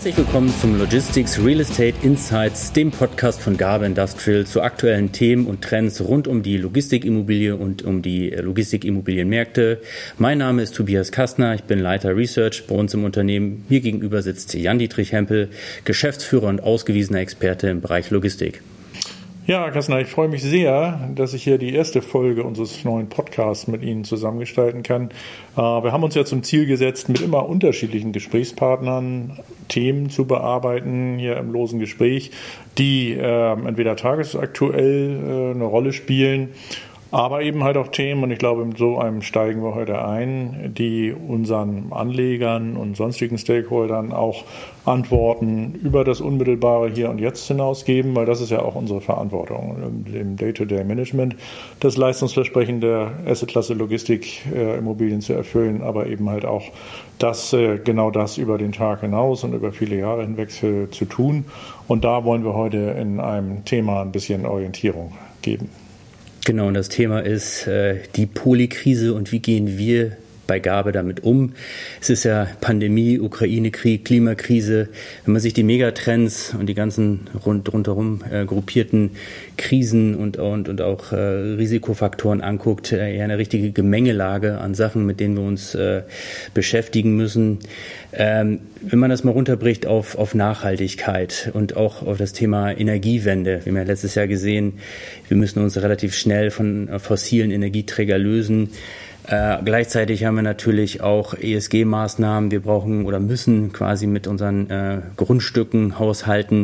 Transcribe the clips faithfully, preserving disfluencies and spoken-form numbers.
Herzlich willkommen zum Logistics Real Estate Insights, dem Podcast von Garbe Industrial zu aktuellen Themen und Trends rund um die Logistikimmobilie und um die Logistikimmobilienmärkte. Mein Name ist Tobias Kastner, ich bin Leiter Research bei uns im Unternehmen. Mir gegenüber sitzt Jan-Dietrich Hempel, Geschäftsführer und ausgewiesener Experte im Bereich Logistik. Ja, Kastner, ich freue mich sehr, dass ich hier die erste Folge unseres neuen Podcasts mit Ihnen zusammengestalten kann. Wir haben uns ja zum Ziel gesetzt, mit immer unterschiedlichen Gesprächspartnern Themen zu bearbeiten, hier im losen Gespräch, die äh, entweder tagesaktuell äh, eine Rolle spielen, aber eben halt auch Themen, und ich glaube, mit so einem steigen wir heute ein, die unseren Anlegern und sonstigen Stakeholdern auch Antworten über das Unmittelbare Hier und Jetzt hinaus geben, weil das ist ja auch unsere Verantwortung im Day-to-Day-Management, das Leistungsversprechen der Assetklasse Logistik äh, Immobilien zu erfüllen, aber eben halt auch das, äh, genau das über den Tag hinaus und über viele Jahre hinweg äh, zu tun. Und da wollen wir heute in einem Thema ein bisschen Orientierung geben. Genau, und das Thema ist äh, die Polykrise und wie gehen wir bei Garbe damit um. Es ist ja Pandemie, Ukraine-Krieg, Klimakrise. Wenn man sich die Megatrends und die ganzen rund, rundherum äh, gruppierten Krisen und, und, und auch äh, Risikofaktoren anguckt, äh, eher eine richtige Gemengelage an Sachen, mit denen wir uns äh, beschäftigen müssen. Ähm, wenn man das mal runterbricht auf, auf Nachhaltigkeit und auch auf das Thema Energiewende. Wir haben ja letztes Jahr gesehen, wir müssen uns relativ schnell von äh, fossilen Energieträgern lösen. Äh, gleichzeitig haben wir natürlich auch E S G-Maßnahmen. Wir brauchen oder müssen quasi mit unseren äh, Grundstücken haushalten.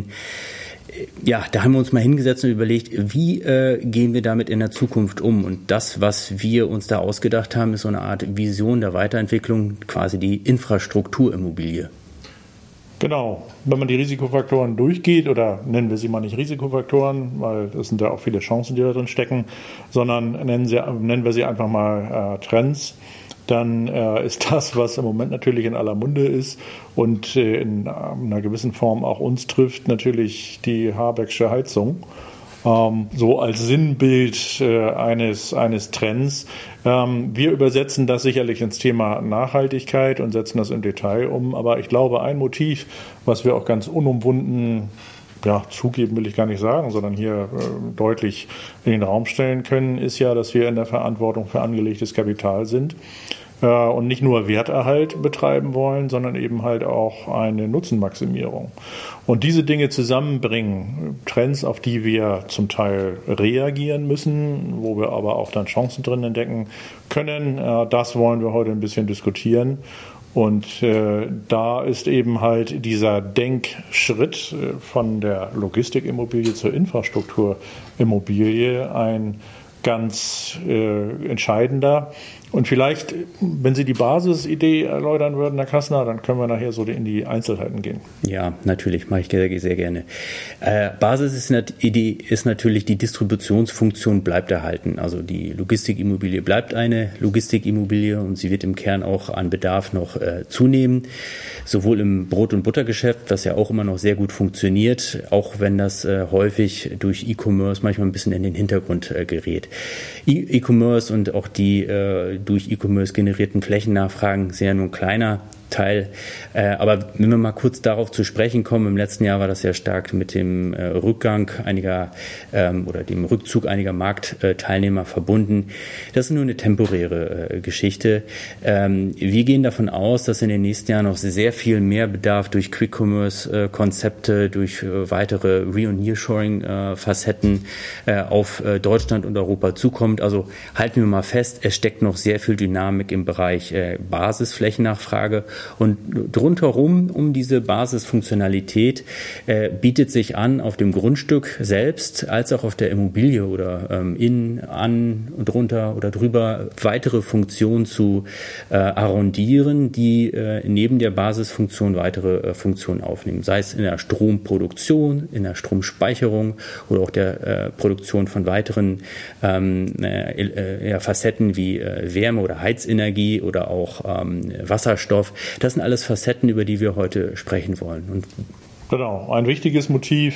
Ja, da haben wir uns mal hingesetzt und überlegt, wie äh, gehen wir damit in der Zukunft um? Und das, was wir uns da ausgedacht haben, ist so eine Art Vision der Weiterentwicklung, quasi die Infrastrukturimmobilie. Genau, wenn man die Risikofaktoren durchgeht, oder nennen wir sie mal nicht Risikofaktoren, weil das sind ja auch viele Chancen, die da drin stecken, sondern nennen, sie, nennen wir sie einfach mal äh, Trends, dann äh, ist das, was im Moment natürlich in aller Munde ist und äh, in äh, einer gewissen Form auch uns trifft, natürlich die Habecksche Heizung. Ähm, so als Sinnbild äh, eines, eines Trends. Ähm, wir übersetzen das sicherlich ins Thema Nachhaltigkeit und setzen das im Detail um. Aber ich glaube, ein Motiv, was wir auch ganz unumwunden ja, zugeben will ich gar nicht sagen, sondern hier äh, deutlich in den Raum stellen können, ist ja, dass wir in der Verantwortung für angelegtes Kapital sind äh, und nicht nur Werterhalt betreiben wollen, sondern eben halt auch eine Nutzenmaximierung. Und diese Dinge zusammenbringen, Trends, auf die wir zum Teil reagieren müssen, wo wir aber auch dann Chancen drin entdecken können, äh, das wollen wir heute ein bisschen diskutieren. Und äh, da ist eben halt dieser Denkschritt äh, von der Logistikimmobilie zur Infrastrukturimmobilie ein ganz äh, entscheidender. Und vielleicht, wenn Sie die Basisidee erläutern würden, Herr Kastner, dann können wir nachher so in die Einzelheiten gehen. Ja, natürlich, mache ich sehr, sehr gerne. Äh, Basis ist, Idee ist natürlich, die Distributionsfunktion bleibt erhalten. Also die Logistikimmobilie bleibt eine Logistikimmobilie und sie wird im Kern auch an Bedarf noch äh, zunehmen. Sowohl im Brot- und Buttergeschäft, was ja auch immer noch sehr gut funktioniert, auch wenn das äh, häufig durch E-Commerce manchmal ein bisschen in den Hintergrund äh, gerät. E- E-Commerce und auch die äh, durch E-Commerce generierten Flächennachfragen sehr nur ein kleiner Teil. Äh, aber wenn wir mal kurz darauf zu sprechen kommen, im letzten Jahr war das sehr stark mit dem äh, Rückgang einiger ähm, oder dem Rückzug einiger Marktteilnehmer verbunden. Das ist nur eine temporäre äh, Geschichte. Ähm, wir gehen davon aus, dass in den nächsten Jahren noch sehr viel mehr Bedarf durch Quick-Commerce-Konzepte, durch äh, weitere Re- und Nearshoring-Facetten äh, auf äh, Deutschland und Europa zukommt. Also halten wir mal fest, es steckt noch sehr viel Dynamik im Bereich äh, Basisflächennachfrage. Und rundherum um diese Basisfunktionalität äh, bietet sich an, auf dem Grundstück selbst als auch auf der Immobilie oder ähm, in, an und drunter oder drüber weitere Funktionen zu äh, arrondieren, die äh, neben der Basisfunktion weitere äh, Funktionen aufnehmen. Sei es in der Stromproduktion, in der Stromspeicherung oder auch der äh, Produktion von weiteren ähm, äh, ja, Facetten wie äh, Wärme- oder Heizenergie oder auch ähm, Wasserstoff. Das sind alles Facetten, über die wir heute sprechen wollen. Und genau, ein wichtiges Motiv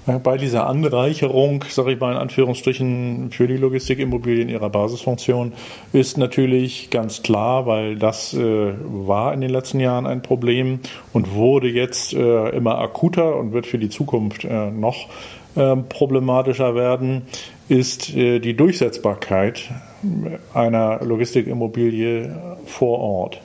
Bei dieser Anreicherung, sage ich mal in Anführungsstrichen, für die Logistikimmobilien ihrer Basisfunktion ist natürlich ganz klar, weil das äh, war in den letzten Jahren ein Problem und wurde jetzt äh, immer akuter und wird für die Zukunft äh, noch äh, problematischer werden, ist äh, die Durchsetzbarkeit einer Logistikimmobilie vor Ort.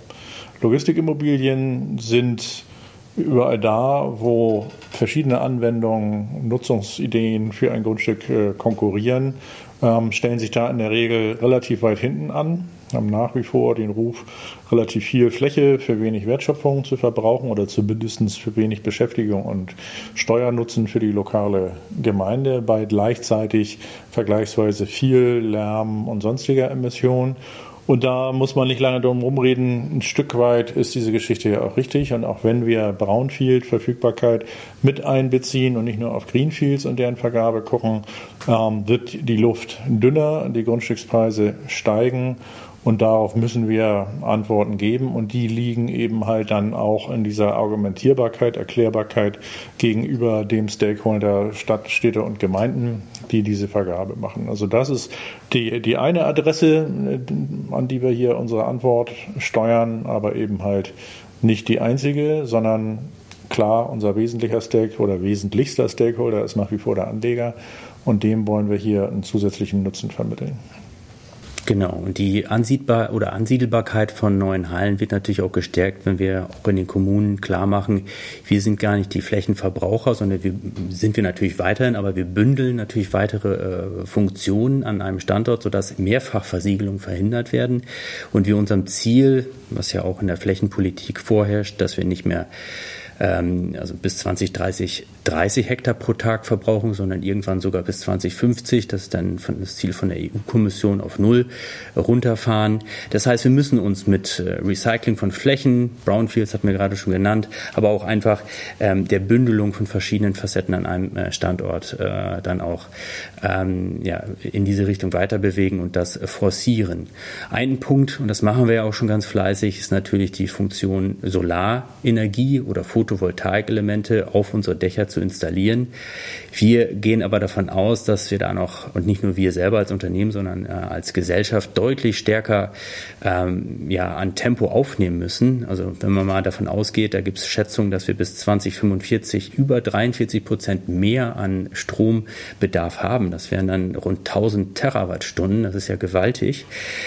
Logistikimmobilien sind überall da, wo verschiedene Anwendungen, Nutzungsideen für ein Grundstück äh, konkurrieren, ähm, stellen sich da in der Regel relativ weit hinten an, haben nach wie vor den Ruf, relativ viel Fläche für wenig Wertschöpfung zu verbrauchen oder zumindest für wenig Beschäftigung und Steuernutzen für die lokale Gemeinde, bei gleichzeitig vergleichsweise viel Lärm und sonstiger Emissionen. Und da muss man nicht lange drum rumreden. Ein Stück weit ist diese Geschichte ja auch richtig. Und auch wenn wir Brownfield-Verfügbarkeit mit einbeziehen und nicht nur auf Greenfields und deren Vergabe gucken, ähm, wird die Luft dünner, die Grundstückspreise steigen. Und darauf müssen wir Antworten geben. Und die liegen eben halt dann auch in dieser Argumentierbarkeit, Erklärbarkeit gegenüber dem Stakeholder Stadt, Städte und Gemeinden, die diese Vergabe machen. Also das ist die, die eine Adresse, an die wir hier unsere Antwort steuern, aber eben halt nicht die einzige, sondern klar, unser wesentlicher Stakeholder oder wesentlichster Stakeholder ist nach wie vor der Anleger. Und dem wollen wir hier einen zusätzlichen Nutzen vermitteln. Genau, und die Ansiedbar- oder Ansiedelbarkeit von neuen Hallen wird natürlich auch gestärkt, wenn wir auch in den Kommunen klar machen, wir sind gar nicht die Flächenverbraucher, sondern wir sind wir natürlich weiterhin, aber wir bündeln natürlich weitere äh, Funktionen an einem Standort, sodass Mehrfachversiegelungen verhindert werden und wir unserem Ziel, was ja auch in der Flächenpolitik vorherrscht, dass wir nicht mehr ähm, also bis zwanzig dreißig dreißig Hektar pro Tag verbrauchen, sondern irgendwann sogar bis zwanzig fünfzig. Das ist dann von, das Ziel von der E U-Kommission auf null runterfahren. Das heißt, wir müssen uns mit Recycling von Flächen, Brownfields hatten wir gerade schon genannt, aber auch einfach ähm, der Bündelung von verschiedenen Facetten an einem äh, Standort äh, dann auch ähm, ja, in diese Richtung weiter bewegen und das forcieren. Ein Punkt, und das machen wir ja auch schon ganz fleißig, ist natürlich die Funktion Solarenergie oder Photovoltaikelemente auf unsere Dächer zu installieren. Wir gehen aber davon aus, dass wir da noch, und nicht nur wir selber als Unternehmen, sondern äh, als Gesellschaft deutlich stärker ähm, ja, an Tempo aufnehmen müssen. Also wenn man mal davon ausgeht, da gibt es Schätzungen, dass wir bis zwanzig fünfundvierzig über dreiundvierzig Prozent mehr an Strombedarf haben. Das wären dann rund tausend Terawattstunden. Das ist ja gewaltig.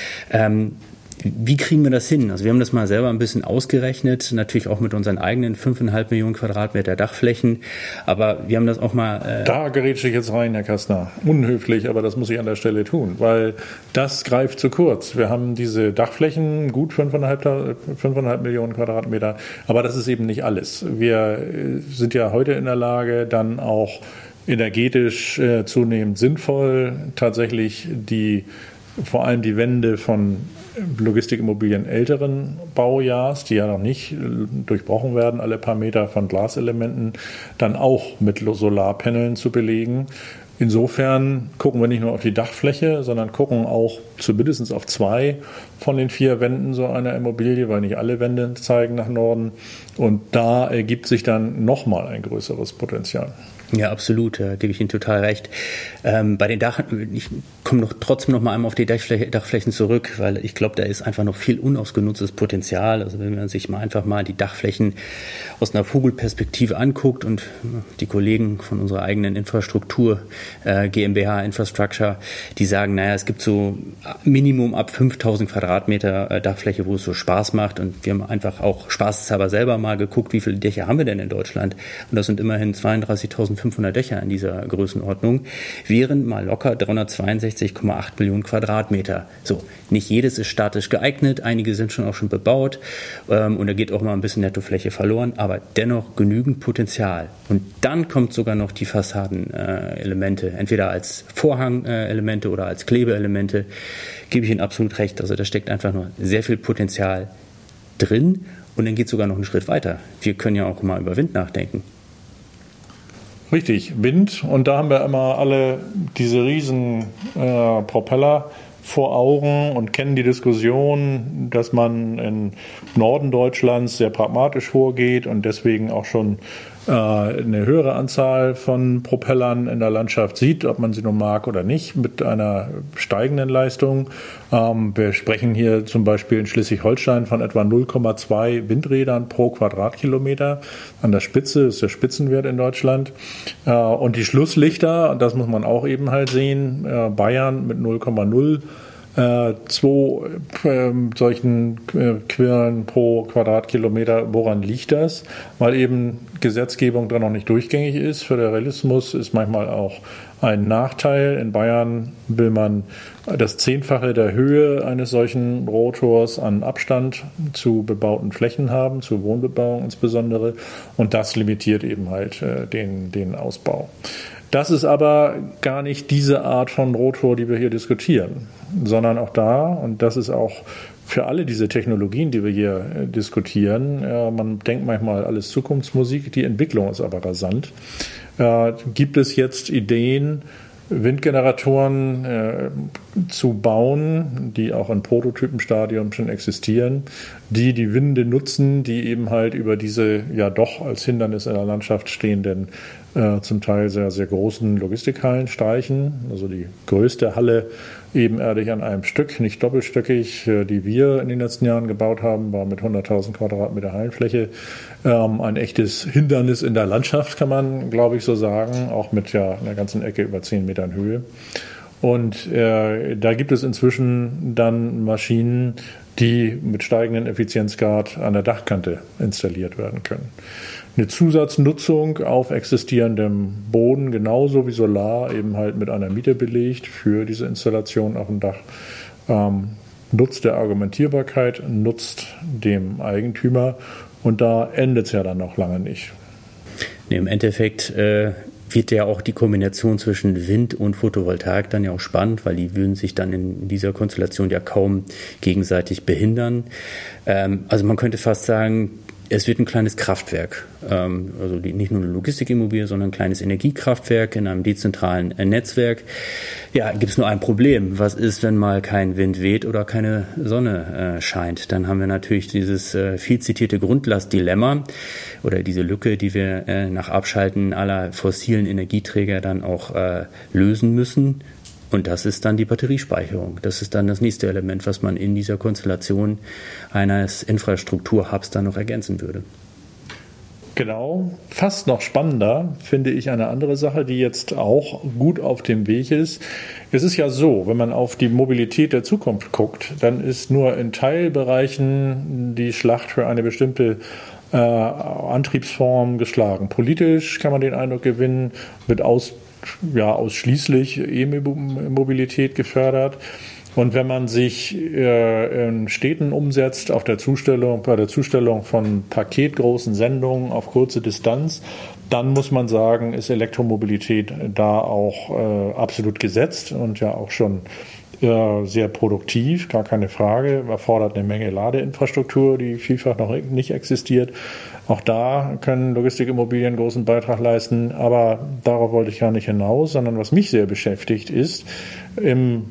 Ähm, Wie kriegen wir das hin? Also wir haben das mal selber ein bisschen ausgerechnet, natürlich auch mit unseren eigenen fünfeinhalb Millionen Quadratmeter Dachflächen, aber wir haben das auch mal... Äh da gerätsche ich jetzt rein, Herr Kastner. Unhöflich, aber das muss ich an der Stelle tun, weil das greift zu kurz. Wir haben diese Dachflächen, gut fünfeinhalb Millionen Quadratmeter, aber das ist eben nicht alles. Wir sind ja heute in der Lage, dann auch energetisch äh, zunehmend sinnvoll tatsächlich die vor allem die Wände von Logistikimmobilien älteren Baujahrs, die ja noch nicht durchbrochen werden, alle paar Meter von Glaselementen, dann auch mit Solarpanelen zu belegen. Insofern gucken wir nicht nur auf die Dachfläche, sondern gucken auch zumindest auf zwei von den vier Wänden so einer Immobilie, weil nicht alle Wände zeigen nach Norden. Und da ergibt sich dann nochmal ein größeres Potenzial. Ja, absolut, da gebe ich Ihnen total recht. Ähm, bei den Dach, ich komme noch trotzdem noch mal einmal auf die Dachfläche, Dachflächen zurück, weil ich glaube, da ist einfach noch viel unausgenutztes Potenzial. Also wenn man sich mal einfach mal die Dachflächen aus einer Vogelperspektive anguckt und die Kollegen von unserer eigenen Infrastruktur, äh, GmbH Infrastructure, die sagen, naja, es gibt so Minimum ab fünftausend Quadratmeter äh, Dachfläche, wo es so Spaß macht. Und wir haben einfach auch spaßeshalber selber mal geguckt, wie viele Dächer haben wir denn in Deutschland? Und das sind immerhin zweiunddreißigtausendfünfhundert Dächer in dieser Größenordnung, wären mal locker dreihundertzweiundsechzig Komma acht Millionen Quadratmeter. So, nicht jedes ist statisch geeignet, einige sind schon auch schon bebaut ähm, und da geht auch mal ein bisschen Nettofläche verloren, aber dennoch genügend Potenzial. Und dann kommt sogar noch die Fassadenelemente, äh, entweder als Vorhangelemente oder als Klebeelemente, gebe ich Ihnen absolut recht. Also da steckt einfach noch sehr viel Potenzial drin und dann geht es sogar noch einen Schritt weiter. Wir können ja auch mal über Wind nachdenken. Richtig, Wind. Und da haben wir immer alle diese riesen äh, Propeller vor Augen und kennen die Diskussion, dass man im Norden Deutschlands sehr pragmatisch vorgeht und deswegen auch schon äh, eine höhere Anzahl von Propellern in der Landschaft sieht, ob man sie nun mag oder nicht, mit einer steigenden Leistung. Ähm, wir sprechen hier zum Beispiel in Schleswig-Holstein von etwa null Komma zwei Windrädern pro Quadratkilometer an der Spitze, das ist der Spitzenwert in Deutschland. Äh, und die Schlusslichter, das muss man auch eben halt sehen, äh, Bayern mit null Komma null Äh, zwei äh, solchen äh, Quirlen pro Quadratkilometer. Woran liegt das? Weil eben Gesetzgebung da noch nicht durchgängig ist. Föderalismus ist manchmal auch ein Nachteil. In Bayern will man das Zehnfache der Höhe eines solchen Rotors an Abstand zu bebauten Flächen haben, zu Wohnbebauung insbesondere. Und das limitiert eben halt äh, den, den Ausbau. Das ist aber gar nicht diese Art von Rotor, die wir hier diskutieren, sondern auch da, und das ist auch für alle diese Technologien, die wir hier äh, diskutieren, äh, man denkt manchmal alles Zukunftsmusik, die Entwicklung ist aber rasant, äh, gibt es jetzt Ideen, Windgeneratoren äh, zu bauen, die auch in Prototypenstadium schon existieren, die die Winde nutzen, die eben halt über diese ja doch als Hindernis in der Landschaft stehenden, äh, zum Teil sehr, sehr großen Logistikhallen streichen. Also die größte Halle ebenerdig an einem Stück, nicht doppelstöckig, äh, die wir in den letzten Jahren gebaut haben, war mit hunderttausend Quadratmeter Hallenfläche ähm, ein echtes Hindernis in der Landschaft, kann man, glaube ich, so sagen, auch mit ja einer ganzen Ecke über zehn Metern Höhe. Und äh, da gibt es inzwischen dann Maschinen, die mit steigendem Effizienzgrad an der Dachkante installiert werden können. Eine Zusatznutzung auf existierendem Boden, genauso wie Solar, eben halt mit einer Miete belegt für diese Installation auf dem Dach, ähm, nutzt der Argumentierbarkeit, nutzt dem Eigentümer, und da endet es ja dann noch lange nicht. Nee, im Endeffekt äh wird ja auch die Kombination zwischen Wind und Photovoltaik dann ja auch spannend, weil die würden sich dann in dieser Konstellation ja kaum gegenseitig behindern. Ähm, also man könnte fast sagen, es wird ein kleines Kraftwerk, ähm, also die, nicht nur eine Logistikimmobilie, sondern ein kleines Energiekraftwerk in einem dezentralen äh, Netzwerk. Ja, gibt es nur ein Problem. Was ist, wenn mal kein Wind weht oder keine Sonne äh, scheint? Dann haben wir natürlich dieses äh, viel zitierte Grundlastdilemma oder diese Lücke, die wir äh, nach Abschalten aller fossilen Energieträger dann auch äh, lösen müssen. Und das ist dann die Batteriespeicherung. Das ist dann das nächste Element, was man in dieser Konstellation eines Infrastrukturhubs dann noch ergänzen würde. Genau, fast noch spannender finde ich eine andere Sache, die jetzt auch gut auf dem Weg ist. Es ist ja so, wenn man auf die Mobilität der Zukunft guckt, dann ist nur in Teilbereichen die Schlacht für eine bestimmte äh, Antriebsform geschlagen. Politisch kann man den Eindruck gewinnen, wird aus ja ausschließlich E-Mobilität gefördert. Und wenn man sich äh, in Städten umsetzt, auf der Zustellung, bei der Zustellung von paketgroßen Sendungen auf kurze Distanz, dann muss man sagen, ist Elektromobilität da auch äh, absolut gesetzt und ja auch schon äh, sehr produktiv, gar keine Frage, erfordert eine Menge Ladeinfrastruktur, die vielfach noch nicht existiert. Auch da können Logistikimmobilien einen großen Beitrag leisten, aber darauf wollte ich gar nicht hinaus, sondern was mich sehr beschäftigt ist, im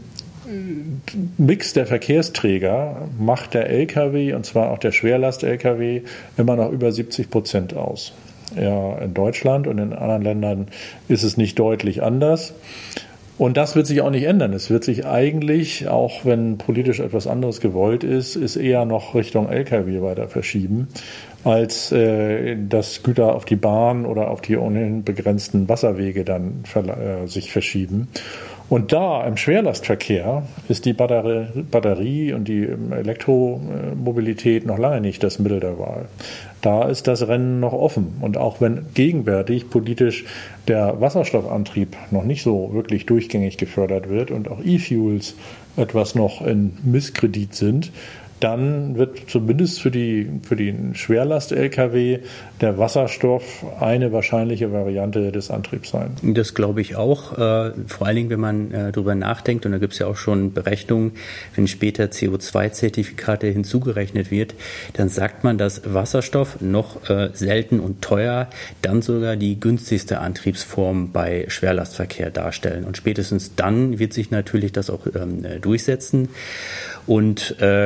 Mix der Verkehrsträger macht der L K W, und zwar auch der Schwerlast-L K W, immer noch über siebzig Prozent aus. Ja, in Deutschland und in anderen Ländern ist es nicht deutlich anders. Und das wird sich auch nicht ändern. Es wird sich eigentlich, auch wenn politisch etwas anderes gewollt ist, ist eher noch Richtung L K W weiter verschieben, als äh, dass Güter auf die Bahn oder auf die ohnehin begrenzten Wasserwege dann äh, sich verschieben. Und da im Schwerlastverkehr ist die Batterie, Batterie und die Elektromobilität noch lange nicht das Mittel der Wahl. Da ist das Rennen noch offen. Und auch wenn gegenwärtig politisch der Wasserstoffantrieb noch nicht so wirklich durchgängig gefördert wird und auch E-Fuels etwas noch in Misskredit sind, dann wird zumindest für die für den Schwerlast-L K W der Wasserstoff eine wahrscheinliche Variante des Antriebs sein. Das glaube ich auch. Äh, vor allen Dingen, wenn man äh, darüber nachdenkt, und da gibt es ja auch schon Berechnungen, wenn später C O zwei Zertifikate hinzugerechnet wird, dann sagt man, dass Wasserstoff noch äh, selten und teuer dann sogar die günstigste Antriebsform bei Schwerlastverkehr darstellen. Und spätestens dann wird sich natürlich das auch ähm, durchsetzen und äh, würde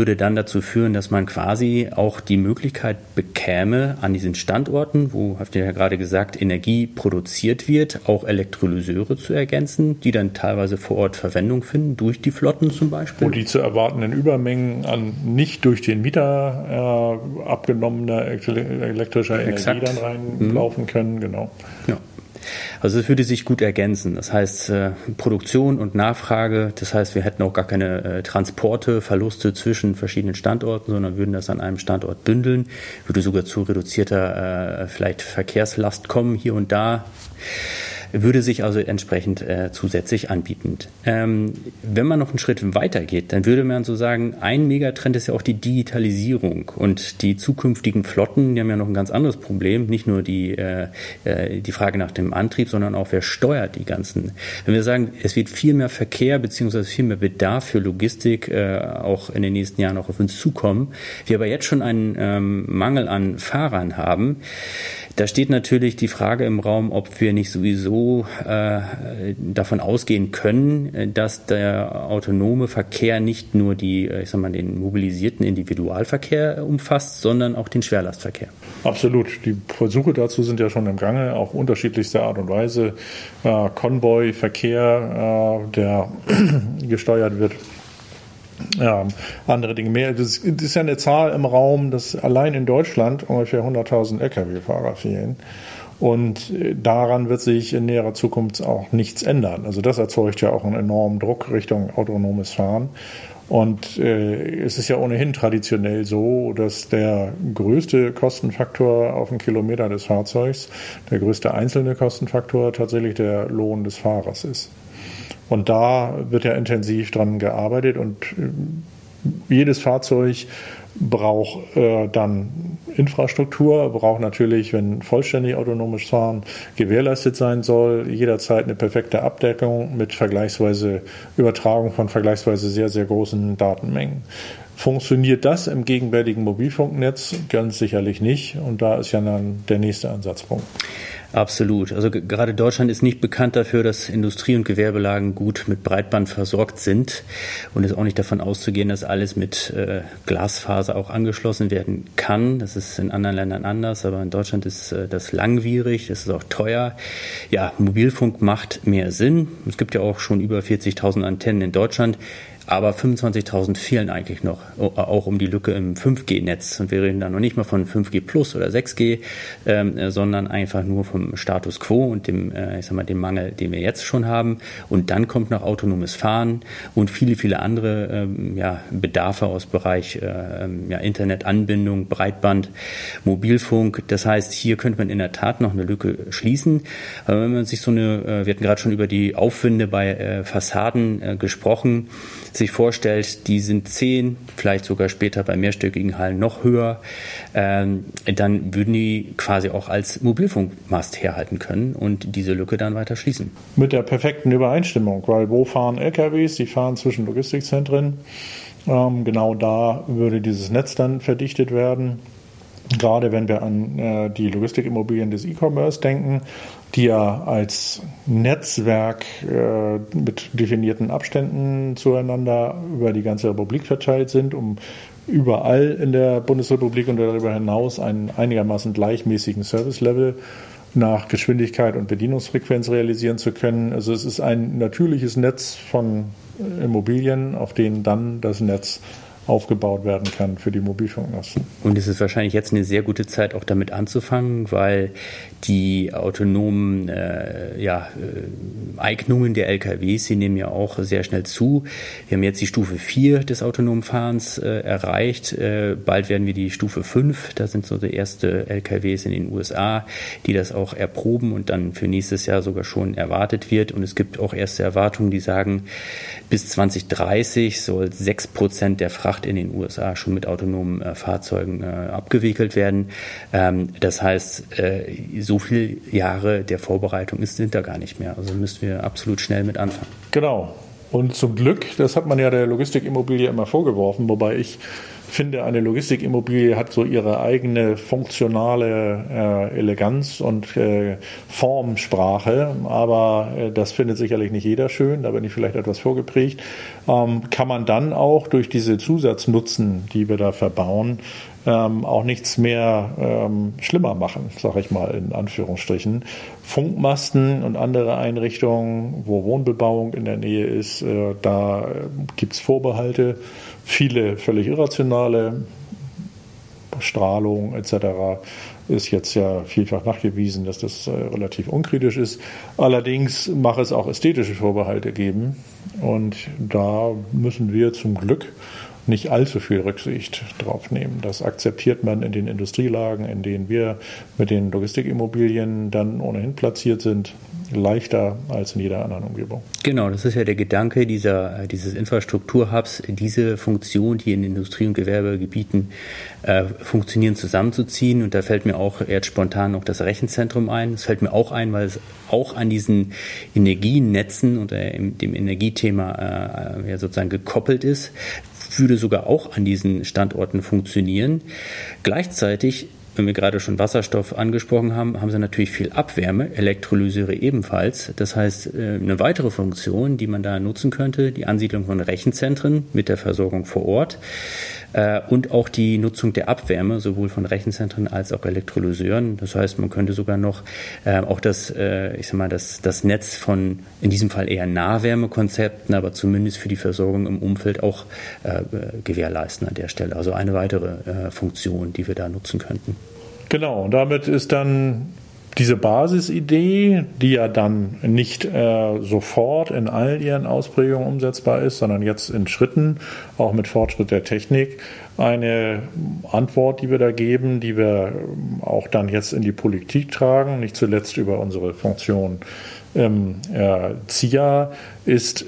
würde dann dazu führen, dass man quasi auch die Möglichkeit bekäme, an diesen Standorten, wo, habt ihr ja gerade gesagt, Energie produziert wird, auch Elektrolyseure zu ergänzen, die dann teilweise vor Ort Verwendung finden, durch die Flotten zum Beispiel. Wo die zu erwartenden Übermengen an nicht durch den Mieter äh, abgenommener elektrischer Exakt. Energie dann reinlaufen mhm. können, genau. Ja. Also es würde sich gut ergänzen. Das heißt, äh, Produktion und Nachfrage, das heißt, wir hätten auch gar keine äh, Transporte, Verluste zwischen verschiedenen Standorten, sondern würden das an einem Standort bündeln, würde sogar zu reduzierter äh, vielleicht Verkehrslast kommen hier und da. Würde sich also entsprechend äh, zusätzlich anbieten. Ähm, wenn man noch einen Schritt weiter geht, dann würde man so sagen, ein Megatrend ist ja auch die Digitalisierung und die zukünftigen Flotten, die haben ja noch ein ganz anderes Problem, nicht nur die, äh, die Frage nach dem Antrieb, sondern auch, wer steuert die ganzen. Wenn wir sagen, es wird viel mehr Verkehr bzw. viel mehr Bedarf für Logistik äh, auch in den nächsten Jahren auch auf uns zukommen, wir aber jetzt schon einen ähm, Mangel an Fahrern haben, da steht natürlich die Frage im Raum, ob wir nicht sowieso äh, davon ausgehen können, dass der autonome Verkehr nicht nur die, ich sag mal, den mobilisierten Individualverkehr umfasst, sondern auch den Schwerlastverkehr. Absolut. Die Versuche dazu sind ja schon im Gange, auf unterschiedlichste Art und Weise. Äh, Konvoi-Verkehr, äh, der gesteuert wird. Ja, andere Dinge mehr. Das ist ja eine Zahl im Raum, dass allein in Deutschland ungefähr hunderttausend L K W-Fahrer fehlen. Und daran wird sich in näherer Zukunft auch nichts ändern. Also das erzeugt ja auch einen enormen Druck Richtung autonomes Fahren. Und äh, es ist ja ohnehin traditionell so, dass der größte Kostenfaktor auf den Kilometer des Fahrzeugs, der größte einzelne Kostenfaktor tatsächlich der Lohn des Fahrers ist. Und da wird ja intensiv dran gearbeitet und jedes Fahrzeug braucht äh, dann Infrastruktur, braucht natürlich, wenn vollständig autonomes Fahren gewährleistet sein soll, jederzeit eine perfekte Abdeckung mit vergleichsweise Übertragung von vergleichsweise sehr, sehr großen Datenmengen. Funktioniert das im gegenwärtigen Mobilfunknetz? Ganz sicherlich nicht. Und da ist ja dann der nächste Ansatzpunkt. Absolut. Also g- gerade Deutschland ist nicht bekannt dafür, dass Industrie- und Gewerbelagen gut mit Breitband versorgt sind und ist auch nicht davon auszugehen, dass alles mit äh, Glasfaser auch angeschlossen werden kann. Das ist in anderen Ländern anders, aber in Deutschland ist äh, das langwierig, das ist auch teuer. Ja, Mobilfunk macht mehr Sinn. Es gibt ja auch schon über vierzigtausend Antennen in Deutschland. Aber fünfundzwanzigtausend fehlen eigentlich noch, auch um die Lücke im fünf G Netz. Und wir reden da noch nicht mal von fünf G plus oder sechs G, ähm, sondern einfach nur vom Status quo und dem, äh, ich sag mal, dem Mangel, den wir jetzt schon haben. Und dann kommt noch autonomes Fahren und viele, viele andere ähm, ja, Bedarfe aus Bereich äh, ja, Internetanbindung, Breitband, Mobilfunk. Das heißt, hier könnte man in der Tat noch eine Lücke schließen. Aber wenn man sich so eine, äh, wir hatten gerade schon über die Aufwände bei äh, Fassaden äh, gesprochen, sich vorstellt, die sind zehn, vielleicht sogar später bei mehrstöckigen Hallen noch höher, ähm, dann würden die quasi auch als Mobilfunkmast herhalten können und diese Lücke dann weiter schließen. Mit der perfekten Übereinstimmung, weil wo fahren L K Ws? Die fahren zwischen Logistikzentren. Ähm, genau da würde dieses Netz dann verdichtet werden. Gerade wenn wir an äh, die Logistikimmobilien des E-Commerce denken, die ja als Netzwerk äh, mit definierten Abständen zueinander über die ganze Republik verteilt sind, um überall in der Bundesrepublik und darüber hinaus einen einigermaßen gleichmäßigen Service-Level nach Geschwindigkeit und Bedienungsfrequenz realisieren zu können. Also es ist ein natürliches Netz von Immobilien, auf denen dann das Netz aufgebaut werden kann für die Mobilfunkmasten. Und es ist wahrscheinlich jetzt eine sehr gute Zeit, auch damit anzufangen, weil die autonomen äh, ja, äh, Eignungen der L K Ws, die nehmen ja auch sehr schnell zu. Wir haben jetzt die Stufe vier des autonomen Fahrens äh, erreicht. Äh, bald werden wir die Stufe fünf, da sind so die erste L K Ws in den U S A, die das auch erproben und dann für nächstes Jahr sogar schon erwartet wird. Und es gibt auch erste Erwartungen, die sagen, bis zwanzig dreißig soll sechs Prozent der Fracht in den U S A schon mit autonomen äh, Fahrzeugen äh, abgewickelt werden. Ähm, das heißt, äh, so viele Jahre der Vorbereitung ist, sind da gar nicht mehr. Also müssen wir absolut schnell mit anfangen. Genau. Und zum Glück, das hat man ja der Logistikimmobilie immer vorgeworfen, wobei ich finde, eine Logistikimmobilie hat so ihre eigene funktionale äh, Eleganz und äh, Formsprache, aber äh, das findet sicherlich nicht jeder schön, da bin ich vielleicht etwas vorgeprägt. Ähm, kann man dann auch durch diese Zusatznutzen, die wir da verbauen, ähm, auch nichts mehr ähm, schlimmer machen, sage ich mal in Anführungsstrichen. Funkmasten und andere Einrichtungen, wo Wohnbebauung in der Nähe ist, äh, da äh, gibt es Vorbehalte. Viele völlig irrationale Strahlung et cetera ist jetzt ja vielfach nachgewiesen, dass das äh, relativ unkritisch ist. Allerdings mag es auch ästhetische Vorbehalte geben und da müssen wir zum Glück nicht allzu viel Rücksicht drauf nehmen. Das akzeptiert man in den Industrielagen, in denen wir mit den Logistikimmobilien dann ohnehin platziert sind, leichter als in jeder anderen Umgebung. Genau, das ist ja der Gedanke dieser, dieses Infrastrukturhubs, diese Funktion, die in Industrie- und Gewerbegebieten äh, funktionieren, zusammenzuziehen. Und da fällt mir auch jetzt spontan noch das Rechenzentrum ein. Das fällt mir auch ein, weil es auch an diesen Energienetzen und äh, dem Energiethema äh, ja sozusagen gekoppelt ist, würde sogar auch an diesen Standorten funktionieren. Gleichzeitig, wenn wir gerade schon Wasserstoff angesprochen haben, haben sie natürlich viel Abwärme, Elektrolyseure ebenfalls. Das heißt, eine weitere Funktion, die man da nutzen könnte, die Ansiedlung von Rechenzentren mit der Versorgung vor Ort und auch die Nutzung der Abwärme, sowohl von Rechenzentren als auch Elektrolyseuren. Das heißt, man könnte sogar noch auch das, ich sag mal, das, das Netz von, in diesem Fall eher Nahwärmekonzepten, aber zumindest für die Versorgung im Umfeld auch gewährleisten an der Stelle. Also eine weitere Funktion, die wir da nutzen könnten. Genau, und damit ist dann diese Basisidee, die ja dann nicht äh, sofort in all ihren Ausprägungen umsetzbar ist, sondern jetzt in Schritten, auch mit Fortschritt der Technik, eine Antwort, die wir da geben, die wir auch dann jetzt in die Politik tragen, nicht zuletzt über unsere Funktion im äh, Z I A, ist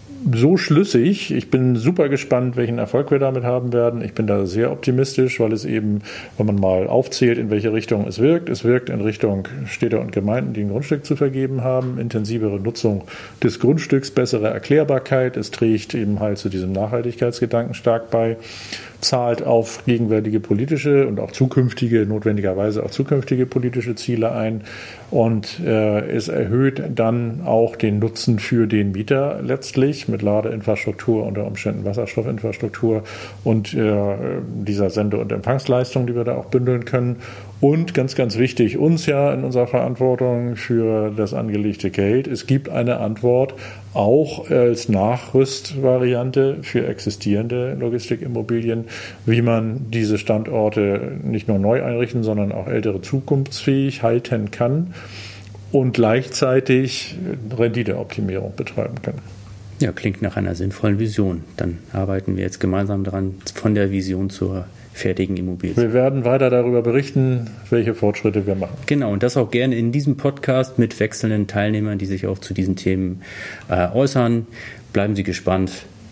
so schlüssig. Ich bin super gespannt, welchen Erfolg wir damit haben werden. Ich bin da sehr optimistisch, weil es eben, wenn man mal aufzählt, in welche Richtung es wirkt, es wirkt in Richtung Städte und Gemeinden, die ein Grundstück zu vergeben haben, intensivere Nutzung des Grundstücks, bessere Erklärbarkeit. Es trägt eben halt zu diesem Nachhaltigkeitsgedanken stark bei, zahlt auf gegenwärtige politische und auch zukünftige, notwendigerweise auch zukünftige politische Ziele ein und äh, es erhöht dann auch den Nutzen für den Mieter letztlich mit Ladeinfrastruktur, unter Umständen Wasserstoffinfrastruktur und äh, dieser Sende- und Empfangsleistung, die wir da auch bündeln können. Und ganz, ganz wichtig, uns ja in unserer Verantwortung für das angelegte Geld, es gibt eine Antwort auch als Nachrüstvariante für existierende Logistikimmobilien, wie man diese Standorte nicht nur neu einrichten, sondern auch ältere zukunftsfähig halten kann und gleichzeitig Renditeoptimierung betreiben kann. Ja, klingt nach einer sinnvollen Vision. Dann arbeiten wir jetzt gemeinsam daran, von der Vision zur fertigen Immobilie. Wir werden weiter darüber berichten, welche Fortschritte wir machen. Genau, und das auch gerne in diesem Podcast mit wechselnden Teilnehmern, die sich auch zu diesen Themen äh, äußern. Bleiben Sie gespannt.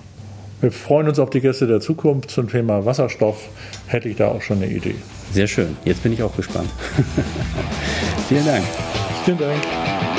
Wir freuen uns auf die Gäste der Zukunft. Zum Thema Wasserstoff hätte ich da auch schon eine Idee. Sehr schön. Jetzt bin ich auch gespannt. Vielen Dank. Vielen Dank.